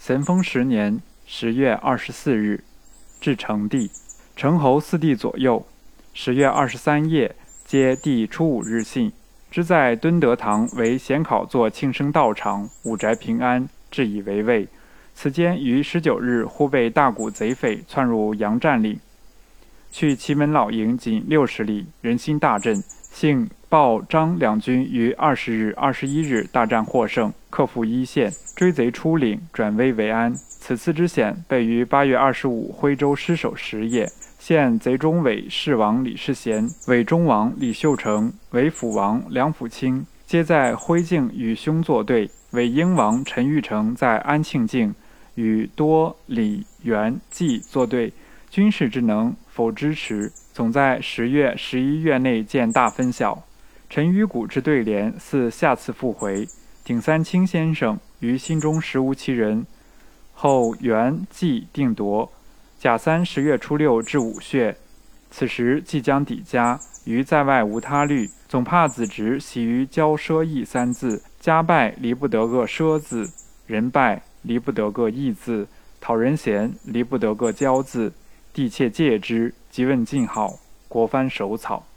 咸丰10年10月24日，至成帝。成侯4帝左右，10月23夜，皆第初5日信。之在敦德堂为显考作庆生道场，五宅平安，治以为卫。此间于19日忽被大股贼匪窜入杨占岭，去祁门老营仅60里，人心大振。幸鲍张两军于20日、21日大战获胜，克复一线，追贼出岭，转危为安。此次之险备于8月25徽州失守时也。现贼中伪侍王李世贤、伪中王李秀成、伪辅王梁辅清，皆在徽境与兄作对。伪英王陈玉成在安庆境与多、李、元、纪作对，军事之能否支持，总在10月、11月内见大分晓。陈与谷之对联似下次复回。顶三清先生于心中实无其人。后元、纪定夺。甲3 10月初6至5穴，此时即将抵家，于在外无他虑，总怕子侄喜于骄奢逸3字，家败离不得个奢字，人败离不得个逸字，讨人嫌离不得个骄字，帝切戒之，即问晋好，国藩手草。